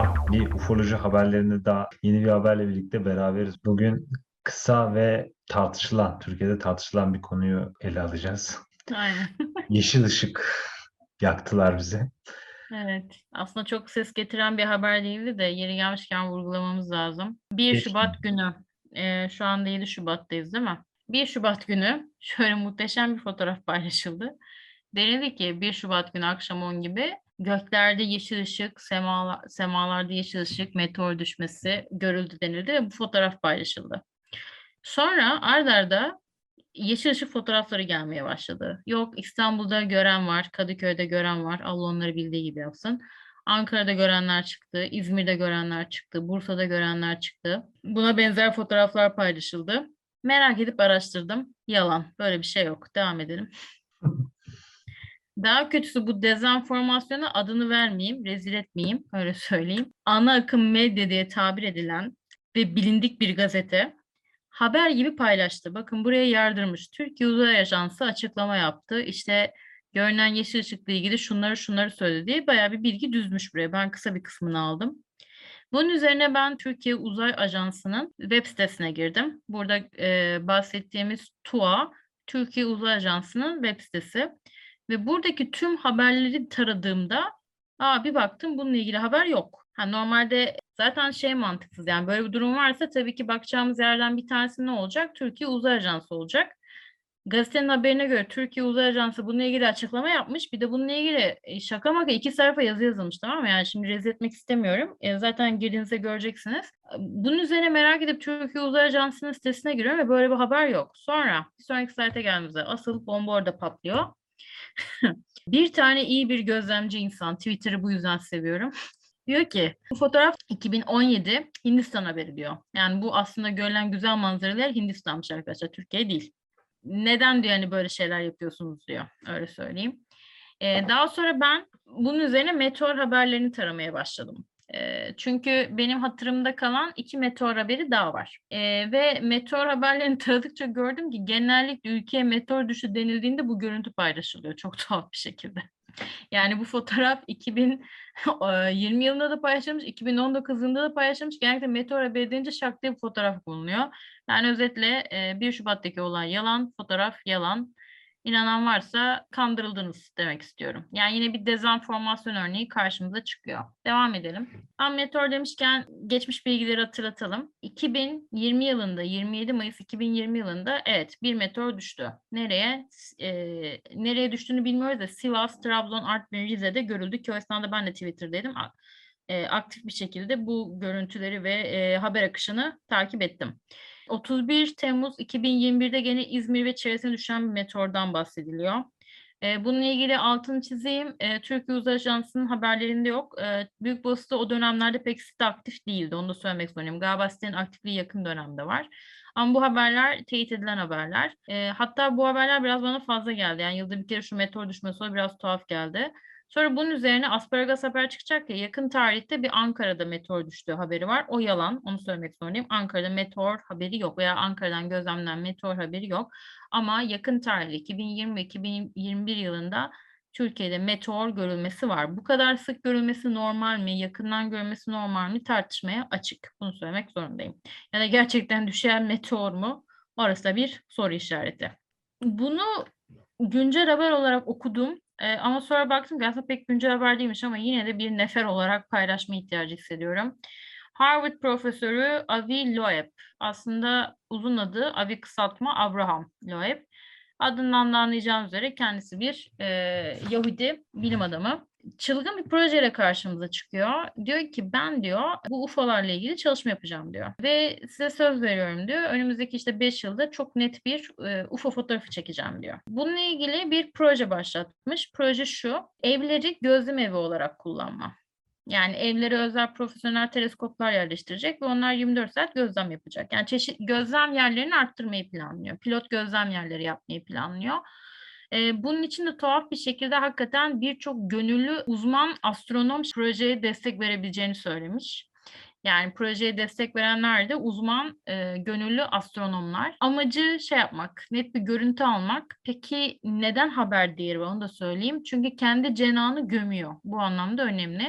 Bir ufoloji haberlerinde daha yeni bir haberle birlikte beraberiz. Bugün kısa ve Türkiye'de tartışılan bir konuyu ele alacağız. Aynen. Yeşil ışık yaktılar bize. Evet. Aslında çok ses getiren bir haber değildi de yeri gelmişken vurgulamamız lazım. 1 Geçti. Şubat günü, şu anda 7 Şubat'tayız değil mi? 1 Şubat günü şöyle muhteşem bir fotoğraf paylaşıldı. Denildi ki 1 Şubat günü akşam 10 gibi göklerde yeşil ışık, semalarda yeşil ışık, meteor düşmesi görüldü denildi ve bu fotoğraf paylaşıldı. Sonra art arda yeşil ışık fotoğrafları gelmeye başladı. Yok İstanbul'da gören var, Kadıköy'de gören var. Allah onları bildiği gibi yapsın. Ankara'da görenler çıktı, İzmir'de görenler çıktı, Bursa'da görenler çıktı. Buna benzer fotoğraflar paylaşıldı. Merak edip araştırdım. Yalan. Böyle bir şey yok. Devam edelim. Daha kötüsü bu dezenformasyona adını vermeyeyim, rezil etmeyeyim, öyle söyleyeyim. Ana akım medya diye tabir edilen ve bilindik bir gazete haber gibi paylaştı. Bakın buraya yardırmış. Türkiye Uzay Ajansı açıklama yaptı. İşte görünen yeşil ışıkla ilgili şunları söyledi diye bayağı bir bilgi düzmüş buraya. Ben kısa bir kısmını aldım. Bunun üzerine ben Türkiye Uzay Ajansı'nın web sitesine girdim. Burada bahsettiğimiz TUA, Türkiye Uzay Ajansı'nın web sitesi. Ve buradaki tüm haberleri taradığımda bir baktım bununla ilgili haber yok. Normalde zaten şey mantıksız yani böyle bir durum varsa tabii ki bakacağımız yerden bir tanesi ne olacak? Türkiye Uzay Ajansı olacak. Gazetenin haberine göre Türkiye Uzay Ajansı bununla ilgili açıklama yapmış. Bir de bununla ilgili şaka maka 2 sayfa yazı yazılmış, tamam mı? Yani şimdi rezil etmek istemiyorum. Zaten girdiğinizde göreceksiniz. Bunun üzerine merak edip Türkiye Uzay Ajansı'nın sitesine giriyorum ve böyle bir haber yok. Sonra bir sonraki slayta geldiğimizde asıl bomba orada patlıyor. Bir tane iyi bir gözlemci insan, Twitter'ı bu yüzden seviyorum. Diyor ki bu fotoğraf 2017 Hindistan haberi diyor. Yani bu aslında görülen güzel manzaralar Hindistan'mış arkadaşlar, Türkiye değil. Neden diyor hani böyle şeyler yapıyorsunuz diyor. Öyle söyleyeyim. Daha sonra ben bunun üzerine meteor haberlerini taramaya başladım. Çünkü benim hatırımda kalan 2 meteor haberi daha var. Ve meteor haberlerini taradıkça gördüm ki genellikle ülkeye meteor düştü denildiğinde bu görüntü paylaşılıyor çok tuhaf bir şekilde. Yani bu fotoğraf 2020 yılında da paylaşılmış, 2019 yılında da paylaşılmış. Genellikle meteor haberi deyince şak diye bir fotoğraf bulunuyor. Yani özetle 1 Şubat'taki olay yalan, fotoğraf yalan. İnanan varsa kandırıldınız demek istiyorum. Yani yine bir dezenformasyon örneği karşımıza çıkıyor. Devam edelim. Meteor demişken geçmiş bilgileri hatırlatalım. 2020 yılında, 27 Mayıs 2020 yılında evet bir meteor düştü. Nereye? Nereye düştüğünü bilmiyoruz da Sivas, Trabzon, Artvin, Rize'de görüldü ki o esnada ben de Twitter'daydım. Aktif bir şekilde bu görüntüleri ve haber akışını takip ettim. 31 Temmuz 2021'de gene İzmir ve çevresine düşen bir meteordan bahsediliyor. Bununla ilgili altını çizeyim. Türkiye Uzay Ajansı'nın haberlerinde yok. Büyük basıda o dönemlerde pek site aktif değildi. Onu da söylemek zorundayım. Galiba sitenin aktifliği yakın dönemde var. Ama bu haberler teyit edilen haberler. Hatta bu haberler biraz bana fazla geldi. Yani yılda bir kere şu meteor düşmesi o biraz tuhaf geldi. Sonra bunun üzerine asparagas haber çıkacak ya, yakın tarihte bir Ankara'da meteor düştüğü haberi var. O yalan, onu söylemek zorundayım. Ankara'da meteor haberi yok veya Ankara'dan gözlemlenen meteor haberi yok. Ama yakın tarihte 2020 ve 2021 yılında Türkiye'de meteor görülmesi var. Bu kadar sık görülmesi normal mi? Yakından görülmesi normal mi? Tartışmaya açık. Bunu söylemek zorundayım. Yani gerçekten düşen meteor mu? Orası da bir soru işareti. Bunu güncel haber olarak okudum. Ama sonra baktım ki aslında pek güncel haber değilmiş ama yine de bir nefer olarak paylaşma ihtiyacı hissediyorum. Harvard profesörü Avi Loeb, aslında uzun adı Avi kısaltma Abraham Loeb. Adından da anlayacağınız üzere kendisi bir Yahudi bilim adamı. Çılgın bir projeyle karşımıza çıkıyor. Diyor ki ben diyor bu UFO'larla ilgili çalışma yapacağım diyor. Ve size söz veriyorum diyor. Önümüzdeki işte 5 yılda çok net bir UFO fotoğrafı çekeceğim diyor. Bununla ilgili bir proje başlatmış. Proje şu: evleri gözlem evi olarak kullanma. Yani evlere özel profesyonel teleskoplar yerleştirecek ve onlar 24 saat gözlem yapacak. Yani çeşitli gözlem yerlerini arttırmayı planlıyor. Pilot gözlem yerleri yapmayı planlıyor. Bunun için de tuhaf bir şekilde hakikaten birçok gönüllü uzman astronom projeye destek verebileceğini söylemiş. Yani projeye destek verenler de uzman, gönüllü astronomlar. Amacı şey yapmak, net bir görüntü almak. Peki neden haber değeri var onu da söyleyeyim. Çünkü kendi cenahını gömüyor. Bu anlamda önemli.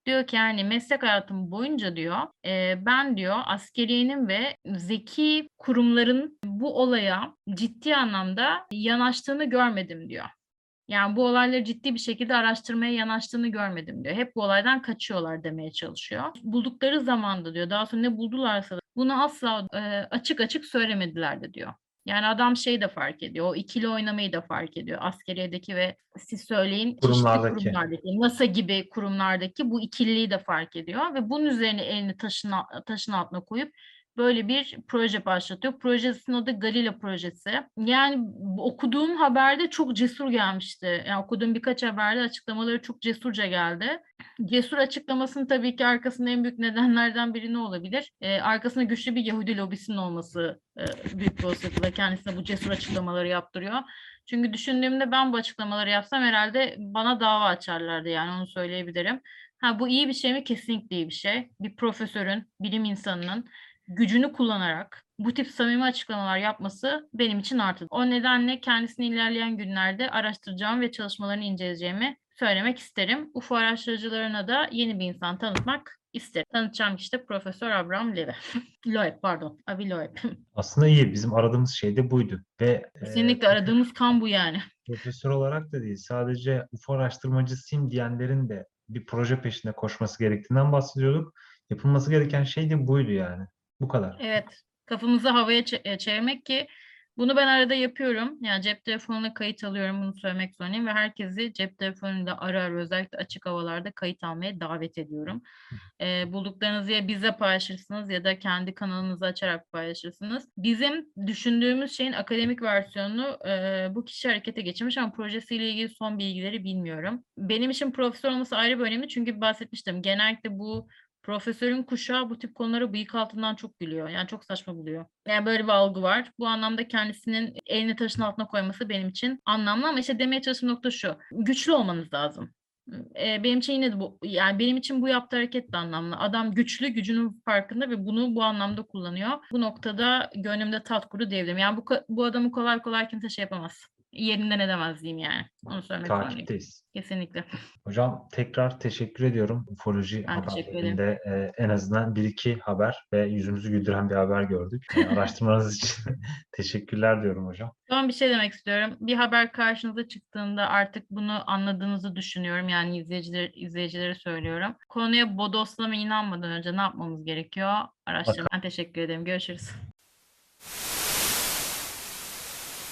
Diyor ki yani meslek hayatım boyunca diyor ben diyor askeriyenin ve zeki kurumların bu olaya ciddi anlamda yanaştığını görmedim diyor. Yani bu olayları ciddi bir şekilde araştırmaya yanaştığını görmedim diyor. Hep bu olaydan kaçıyorlar demeye çalışıyor. Buldukları zamanda diyor, daha sonra ne buldularsa bunu asla açık açık söylemediler de diyor. Yani adam şey de fark ediyor, o ikili oynamayı da fark ediyor. Askeriyedeki ve siz söyleyin çeşitli Kurumlardaki. kurumlardaki, NASA gibi kurumlardaki bu ikililiği de fark ediyor. Ve bunun üzerine elini taşın altına koyup böyle bir proje başlatıyor. Projesinin adı Galileo projesi. Yani okuduğum haberde çok cesur gelmişti. Yani okuduğum birkaç haberde açıklamaları çok cesurca geldi. Cesur açıklamasının tabii ki arkasında en büyük nedenlerden biri ne olabilir? Arkasında güçlü bir Yahudi lobisinin olması büyük bir olasılıkla kendisine bu cesur açıklamaları yaptırıyor. Çünkü düşündüğümde ben bu açıklamaları yapsam herhalde bana dava açarlardı, yani onu söyleyebilirim. Ha, bu iyi bir şey mi? Kesinlikle iyi bir şey. Bir profesörün, bilim insanının gücünü kullanarak bu tip samimi açıklamalar yapması benim için artı. O nedenle kendisini ilerleyen günlerde araştıracağım ve çalışmalarını inceleyeceğimi söylemek isterim. UFO araştırıcılarına da yeni bir insan tanıtmak isterim. Tanıtacağım kişi de Profesör Abraham Loeb. Loeb, pardon. Avi Loeb. Aslında iyi. Bizim aradığımız şey de buydu. Ve Kesinlikle aradığımız kan bu yani. profesör olarak da değil, sadece UFO araştırmacısıyım diyenlerin de bir proje peşinde koşması gerektiğinden bahsediyorduk. Yapılması gereken şey de buydu yani. Bu kadar. Evet. Kafamızı havaya çevirmek ki bunu ben arada yapıyorum. Yani cep telefonuna kayıt alıyorum, bunu söylemek zorundayım ve herkesi cep telefonuyla ara ara özellikle açık havalarda kayıt almaya davet ediyorum. Bulduklarınızı ya bize paylaşırsınız ya da kendi kanalınızı açarak paylaşırsınız. Bizim düşündüğümüz şeyin akademik versiyonunu bu kişi harekete geçirmiş ama projesiyle ilgili son bilgileri bilmiyorum. Benim için profesör olması ayrı bir önemli, çünkü bahsetmiştim. Genellikle bu profesörün kuşağı bu tip konulara bıyık altından çok gülüyor. Yani çok saçma buluyor. Yani böyle bir algı var. Bu anlamda kendisinin elini taşın altına koyması benim için anlamlı, ama işte demeye çalıştığım nokta şu: güçlü olmanız lazım. Benim için yine de bu, yani benim için bu yaptığı hareket de anlamlı. Adam güçlü, gücünün farkında ve bunu bu anlamda kullanıyor. Bu noktada gönlümde tat kuru diyebilirim. Yani bu adamı kolay kolay kimse şey yapamaz. Yerinden edemez diyeyim yani. Onu söylemek zorundayım. Takipteyiz. Kesinlikle. Hocam tekrar teşekkür ediyorum. Ufoloji Ben teşekkür ederim. haberlerinde en azından bir iki haber ve yüzümüzü güldüren bir haber gördük. Araştırmanız için teşekkürler diyorum hocam. Son bir şey demek istiyorum. Bir haber karşınıza çıktığında artık bunu anladığınızı düşünüyorum. Yani izleyicilere söylüyorum. Konuya bodoslama inanmadan önce ne yapmamız gerekiyor? Araştırma. Ben teşekkür ederim. Görüşürüz.